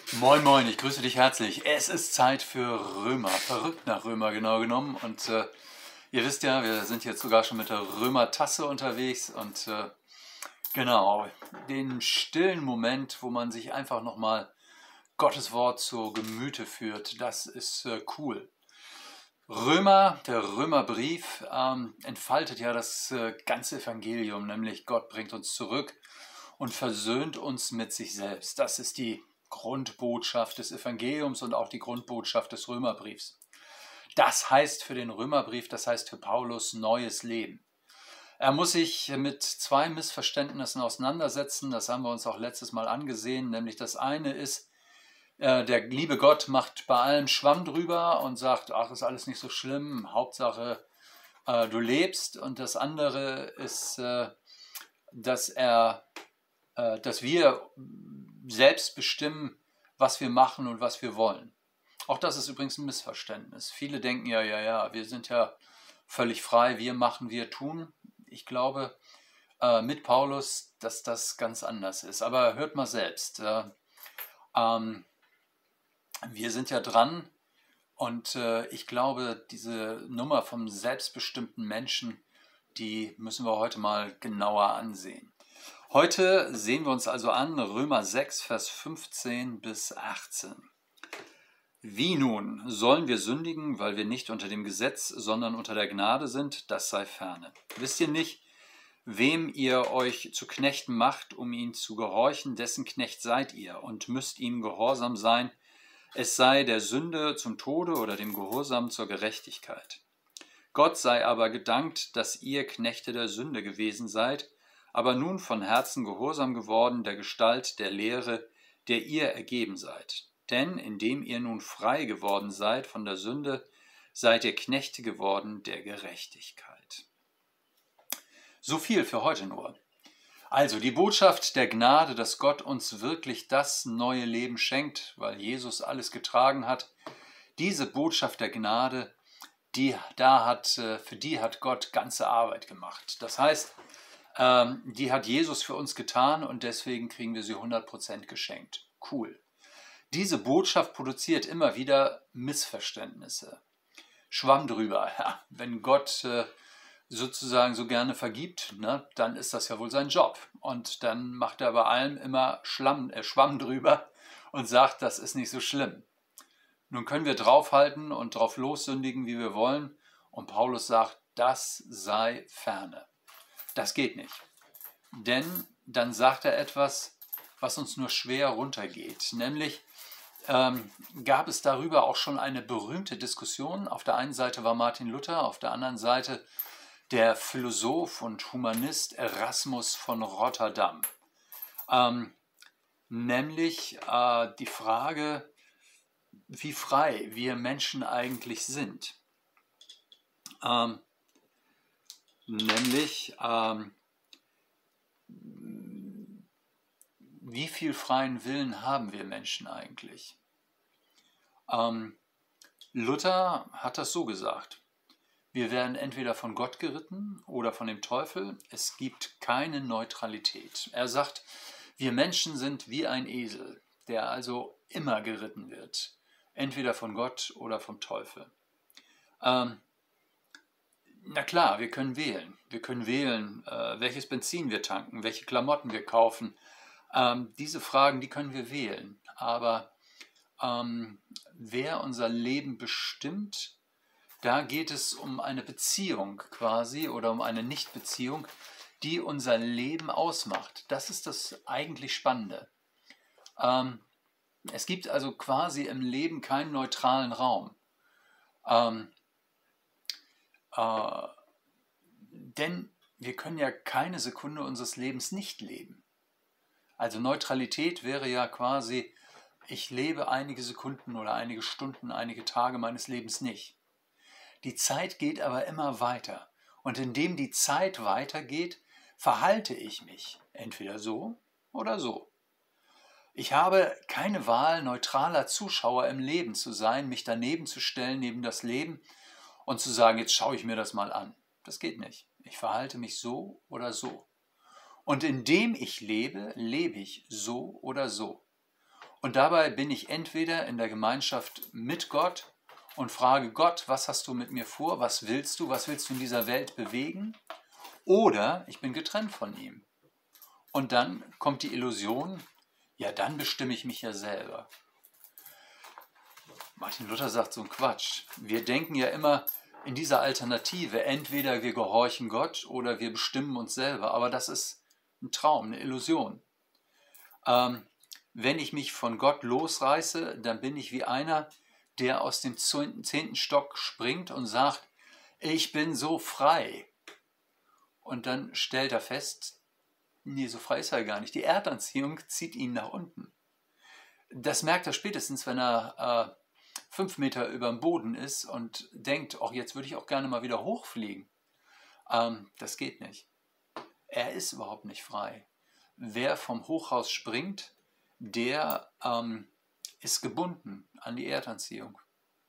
Moin Moin, ich grüße dich herzlich. Es ist Zeit für Römer, verrückt nach Römer genau genommen. Und ihr wisst ja, wir sind jetzt sogar schon mit der Römer-Tasse unterwegs. Und genau, den stillen Moment, wo man sich einfach nochmal Gottes Wort zu Gemüte führt, das ist cool. Römer, der Römerbrief, entfaltet ja das ganze Evangelium, nämlich Gott bringt uns zurück und versöhnt uns mit sich selbst. Das ist die Grundbotschaft des Evangeliums und auch die Grundbotschaft des Römerbriefs. Das heißt für den Römerbrief, das heißt für Paulus neues Leben. Er muss sich mit zwei Missverständnissen auseinandersetzen, das haben wir uns auch letztes Mal angesehen, nämlich das eine ist, der liebe Gott macht bei allem Schwamm drüber und sagt, ach, ist alles nicht so schlimm, Hauptsache du lebst. Und das andere ist, dass dass wir selbst bestimmen, was wir machen und was wir wollen. Auch das ist übrigens ein Missverständnis. Viele denken ja, wir sind ja völlig frei, wir machen, wir tun. Ich glaube mit Paulus, dass das ganz anders ist. Aber hört mal selbst. Wir sind ja dran und ich glaube, diese Nummer vom selbstbestimmten Menschen, die müssen wir heute mal genauer ansehen. Heute sehen wir uns also an Römer 6, Vers 15 bis 18. Wie nun sollen wir sündigen, weil wir nicht unter dem Gesetz, sondern unter der Gnade sind? Das sei ferne. Wisst ihr nicht, wem ihr euch zu Knechten macht, um ihn zu gehorchen, dessen Knecht seid ihr und müsst ihm gehorsam sein, es sei der Sünde zum Tode oder dem Gehorsam zur Gerechtigkeit. Gott sei aber gedankt, dass ihr Knechte der Sünde gewesen seid, aber nun von Herzen gehorsam geworden der Gestalt der Lehre, der ihr ergeben seid. Denn indem ihr nun frei geworden seid von der Sünde, seid ihr Knechte geworden der Gerechtigkeit. So viel für heute nur. Also die Botschaft der Gnade, dass Gott uns wirklich das neue Leben schenkt, weil Jesus alles getragen hat. Diese Botschaft der Gnade, für die hat Gott ganze Arbeit gemacht. Das heißt, die hat Jesus für uns getan und deswegen kriegen wir sie 100% geschenkt. Cool. Diese Botschaft produziert immer wieder Missverständnisse. Schwamm drüber. Ja, wenn Gott sozusagen so gerne vergibt, ne, dann ist das ja wohl sein Job. Und dann macht er bei allem immer Schwamm drüber und sagt, das ist nicht so schlimm. Nun können wir draufhalten und drauf lossündigen, wie wir wollen. Und Paulus sagt, das sei ferne. Das geht nicht. Denn dann sagt er etwas, was uns nur schwer runtergeht. Nämlich gab es darüber auch schon eine berühmte Diskussion. Auf der einen Seite war Martin Luther, auf der anderen Seite der Philosoph und Humanist Erasmus von Rotterdam. Nämlich die Frage, wie frei wir Menschen eigentlich sind. Wie viel freien Willen haben wir Menschen eigentlich? Luther hat das so gesagt. Wir werden entweder von Gott geritten oder von dem Teufel. Es gibt keine Neutralität. Er sagt, wir Menschen sind wie ein Esel, der also immer geritten wird. Entweder von Gott oder vom Teufel. Na klar, wir können wählen. Wir können wählen, welches Benzin wir tanken, welche Klamotten wir kaufen. Diese Fragen, die können wir wählen. Aber wer unser Leben bestimmt, da geht es um eine Beziehung quasi oder um eine Nichtbeziehung, die unser Leben ausmacht. Das ist das eigentlich Spannende. Es gibt also quasi im Leben keinen neutralen Raum. Denn wir können ja keine Sekunde unseres Lebens nicht leben. Also Neutralität wäre ja quasi, ich lebe einige Sekunden oder einige Stunden, einige Tage meines Lebens nicht. Die Zeit geht aber immer weiter. Und indem die Zeit weitergeht, verhalte ich mich entweder so oder so. Ich habe keine Wahl, neutraler Zuschauer im Leben zu sein, mich daneben zu stellen, neben das Leben und zu sagen, jetzt schaue ich mir das mal an. Das geht nicht. Ich verhalte mich so oder so. Und indem ich lebe, lebe ich so oder so. Und dabei bin ich entweder in der Gemeinschaft mit Gott und frage Gott, was hast du mit mir vor? Was willst du? Was willst du in dieser Welt bewegen? Oder ich bin getrennt von ihm. Und dann kommt die Illusion, ja, dann bestimme ich mich ja selber. Martin Luther sagt so ein Quatsch. Wir denken ja immer in dieser Alternative, entweder wir gehorchen Gott oder wir bestimmen uns selber. Aber das ist ein Traum, eine Illusion. Wenn ich mich von Gott losreiße, dann bin ich wie einer, der aus dem 10. Stock springt und sagt, ich bin so frei. Und dann stellt er fest, nee, so frei ist er gar nicht. Die Erdanziehung zieht ihn nach unten. Das merkt er spätestens, wenn er 5 Meter über dem Boden ist und denkt, ach, jetzt würde ich auch gerne mal wieder hochfliegen. Das geht nicht. Er ist überhaupt nicht frei. Wer vom Hochhaus springt, der ist gebunden an die Erdanziehung.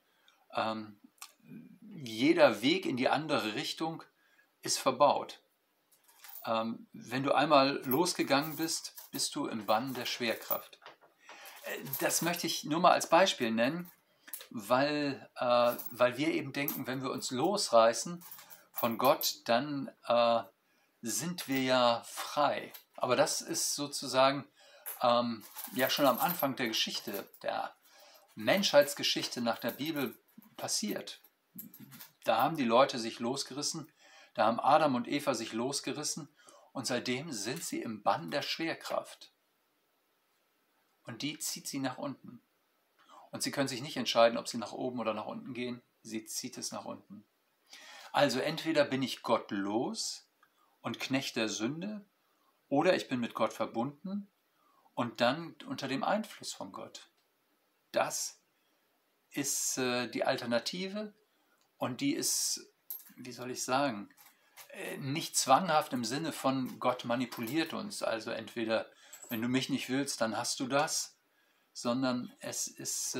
Jeder Weg in die andere Richtung ist verbaut. Wenn du einmal losgegangen bist, bist du im Bann der Schwerkraft. Das möchte ich nur mal als Beispiel nennen, weil wir eben denken, wenn wir uns losreißen von Gott, dann sind wir ja frei. Aber das ist sozusagen ja schon am Anfang der Geschichte, der Menschheitsgeschichte nach der Bibel passiert. Da haben die Leute sich losgerissen, da haben Adam und Eva sich losgerissen und seitdem sind sie im Bann der Schwerkraft. Und die zieht sie nach unten. Und sie können sich nicht entscheiden, ob sie nach oben oder nach unten gehen. Sie zieht es nach unten. Also entweder bin ich Gott los und Knecht der Sünde, oder ich bin mit Gott verbunden und dann unter dem Einfluss von Gott. Das ist die Alternative und die ist, wie soll ich sagen, nicht zwanghaft im Sinne von Gott manipuliert uns. Also entweder, wenn du mich nicht willst, dann hast du das, sondern es ist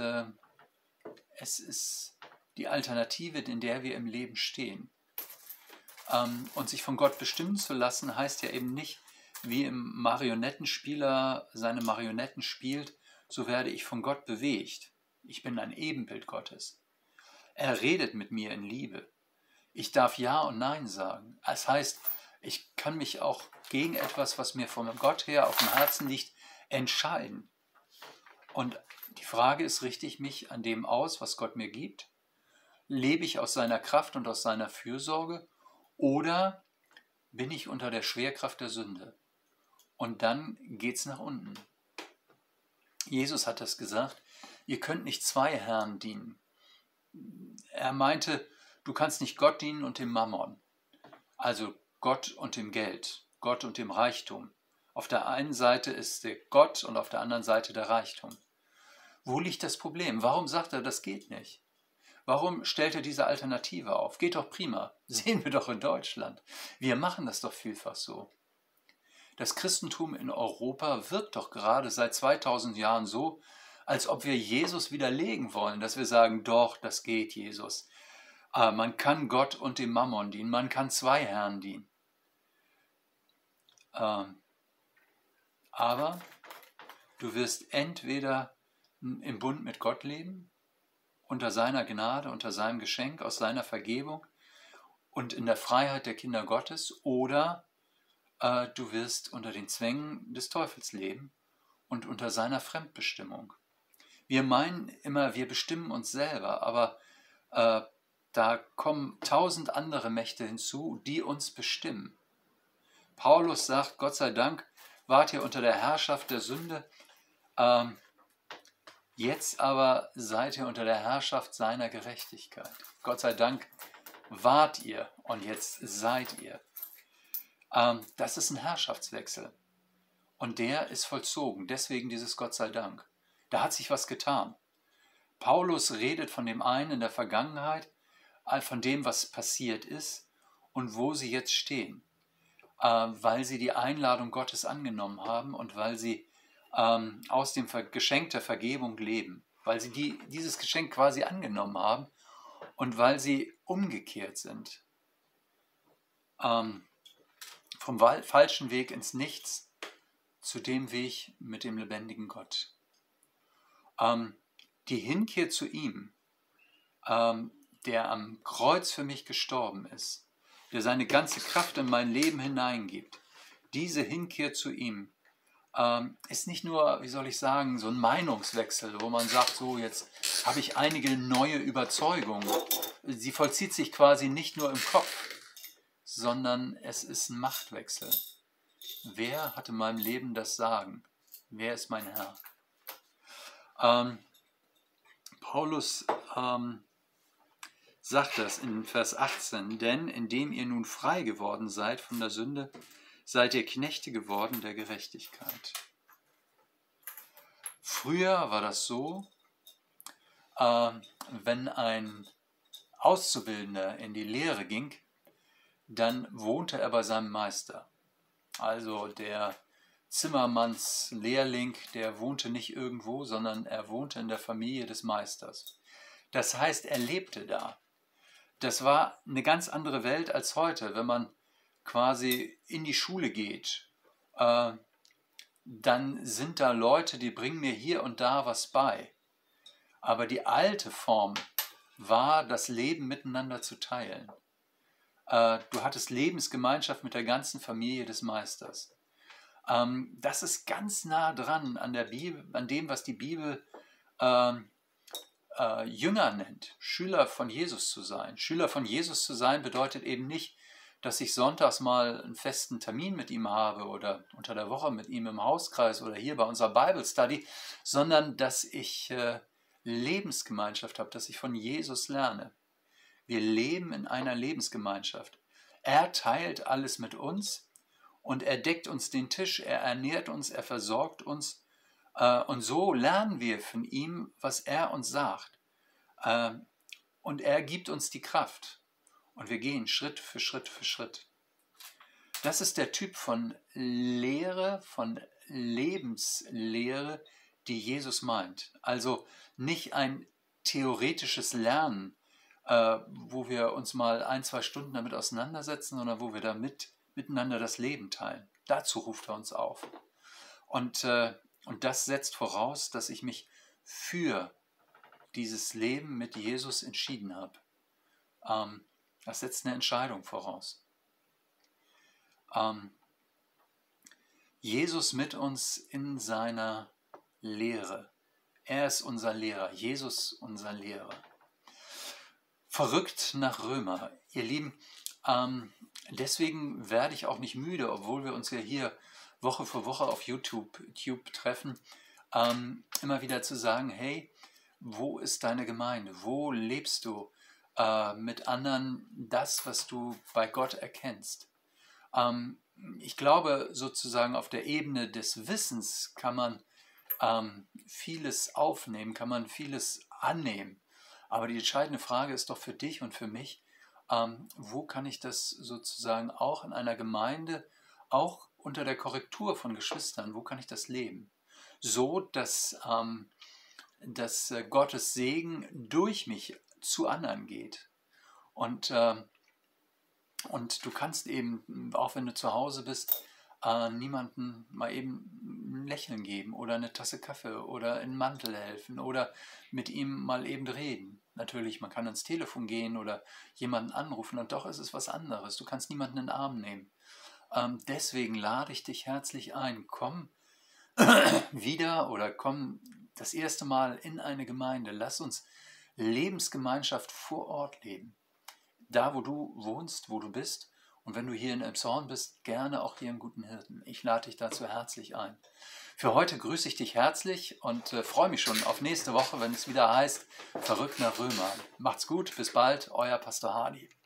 die Alternative, in der wir im Leben stehen. Und sich von Gott bestimmen zu lassen, heißt ja eben nicht, wie im Marionettenspieler seine Marionetten spielt, so werde ich von Gott bewegt. Ich bin ein Ebenbild Gottes. Er redet mit mir in Liebe. Ich darf Ja und Nein sagen. Das heißt, ich kann mich auch gegen etwas, was mir von Gott her auf dem Herzen liegt, entscheiden. Und die Frage ist, richte ich mich an dem aus, was Gott mir gibt? Lebe ich aus seiner Kraft und aus seiner Fürsorge? Oder bin ich unter der Schwerkraft der Sünde? Und dann geht es nach unten. Jesus hat das gesagt, ihr könnt nicht 2 Herren dienen. Er meinte, du kannst nicht Gott dienen und dem Mammon, also Gott und dem Geld, Gott und dem Reichtum. Auf der einen Seite ist der Gott und auf der anderen Seite der Reichtum. Wo liegt das Problem? Warum sagt er, das geht nicht? Warum stellt er diese Alternative auf? Geht doch prima. Sehen wir doch in Deutschland. Wir machen das doch vielfach so. Das Christentum in Europa wirkt doch gerade seit 2000 Jahren so, als ob wir Jesus widerlegen wollen, dass wir sagen, doch, das geht, Jesus. Man kann Gott und dem Mammon dienen, man kann 2 Herren dienen. Aber du wirst entweder im Bund mit Gott leben, unter seiner Gnade, unter seinem Geschenk, aus seiner Vergebung und in der Freiheit der Kinder Gottes, oder du wirst unter den Zwängen des Teufels leben und unter seiner Fremdbestimmung. Wir meinen immer, wir bestimmen uns selber, aber da kommen 1000 andere Mächte hinzu, die uns bestimmen. Paulus sagt, Gott sei Dank, wart ihr unter der Herrschaft der Sünde, jetzt aber seid ihr unter der Herrschaft seiner Gerechtigkeit. Gott sei Dank wart ihr und jetzt seid ihr. Das ist ein Herrschaftswechsel und der ist vollzogen, deswegen dieses Gott sei Dank. Da hat sich was getan. Paulus redet von dem einen in der Vergangenheit, von dem, was passiert ist und wo sie jetzt stehen, weil sie die Einladung Gottes angenommen haben und weil sie aus dem Geschenk der Vergebung leben, weil sie dieses Geschenk quasi angenommen haben und weil sie umgekehrt sind. Vom falschen Weg ins Nichts zu dem Weg mit dem lebendigen Gott. Ähm, die Hinkehr zu ihm, der am Kreuz für mich gestorben ist, der seine ganze Kraft in mein Leben hineingibt, diese Hinkehr zu ihm ist nicht nur, wie soll ich sagen, so ein Meinungswechsel, wo man sagt, so jetzt habe ich einige neue Überzeugungen. Sie vollzieht sich quasi nicht nur im Kopf, sondern es ist ein Machtwechsel. Wer hat in meinem Leben das Sagen? Wer ist mein Herr? Paulus sagt das in Vers 18, denn indem ihr nun frei geworden seid von der Sünde, seid ihr Knechte geworden der Gerechtigkeit. Früher war das so, wenn ein Auszubildender in die Lehre ging, dann wohnte er bei seinem Meister. Also der Zimmermannslehrling, der wohnte nicht irgendwo, sondern er wohnte in der Familie des Meisters. Das heißt, er lebte da. Das war eine ganz andere Welt als heute. Wenn man quasi in die Schule geht, dann sind da Leute, die bringen mir hier und da was bei. Aber die alte Form war, das Leben miteinander zu teilen. Du hattest Lebensgemeinschaft mit der ganzen Familie des Meisters. Das ist ganz nah dran an der Bibel, an dem, was die Bibel Jünger nennt, Schüler von Jesus zu sein. Schüler von Jesus zu sein bedeutet eben nicht, dass ich sonntags mal einen festen Termin mit ihm habe oder unter der Woche mit ihm im Hauskreis oder hier bei unserer Bible Study, sondern dass ich Lebensgemeinschaft habe, dass ich von Jesus lerne. Wir leben in einer Lebensgemeinschaft. Er teilt alles mit uns und er deckt uns den Tisch, er ernährt uns, er versorgt uns. Und so lernen wir von ihm, was er uns sagt. Und er gibt uns die Kraft. Und wir gehen Schritt für Schritt für Schritt. Das ist der Typ von Lehre, von Lebenslehre, die Jesus meint. Also nicht ein theoretisches Lernen, wo wir uns mal 1-2 Stunden damit auseinandersetzen, sondern wo wir miteinander das Leben teilen. Dazu ruft er uns auf. Und das setzt voraus, dass ich mich für dieses Leben mit Jesus entschieden habe. Das setzt eine Entscheidung voraus. Jesus mit uns in seiner Lehre. Er ist unser Lehrer, Jesus unser Lehrer. Verrückt nach Römer. Ihr Lieben, deswegen werde ich auch nicht müde, obwohl wir uns ja hier Woche für Woche auf YouTube treffen, immer wieder zu sagen, hey, wo ist deine Gemeinde? Wo lebst du mit anderen das, was du bei Gott erkennst? Ich glaube, sozusagen auf der Ebene des Wissens kann man vieles aufnehmen, kann man vieles annehmen. Aber die entscheidende Frage ist doch für dich und für mich, wo kann ich das sozusagen auch in einer Gemeinde, auch unter der Korrektur von Geschwistern, wo kann ich das leben? So, dass Gottes Segen durch mich zu anderen geht. Und du kannst eben, auch wenn du zu Hause bist, niemandem mal eben ein Lächeln geben oder eine Tasse Kaffee oder einen Mantel helfen oder mit ihm mal eben reden. Natürlich, man kann ans Telefon gehen oder jemanden anrufen und doch ist es was anderes. Du kannst niemanden in den Arm nehmen. Deswegen lade ich dich herzlich ein. Komm wieder oder komm das erste Mal in eine Gemeinde. Lass uns Lebensgemeinschaft vor Ort leben. Da, wo du wohnst, wo du bist. Und wenn du hier in Elmshorn bist, gerne auch hier im Guten Hirten. Ich lade dich dazu herzlich ein. Für heute grüße ich dich herzlich und freue mich schon auf nächste Woche, wenn es wieder heißt, Verrückt nach Römer. Macht's gut, bis bald, euer Pastor Hardy.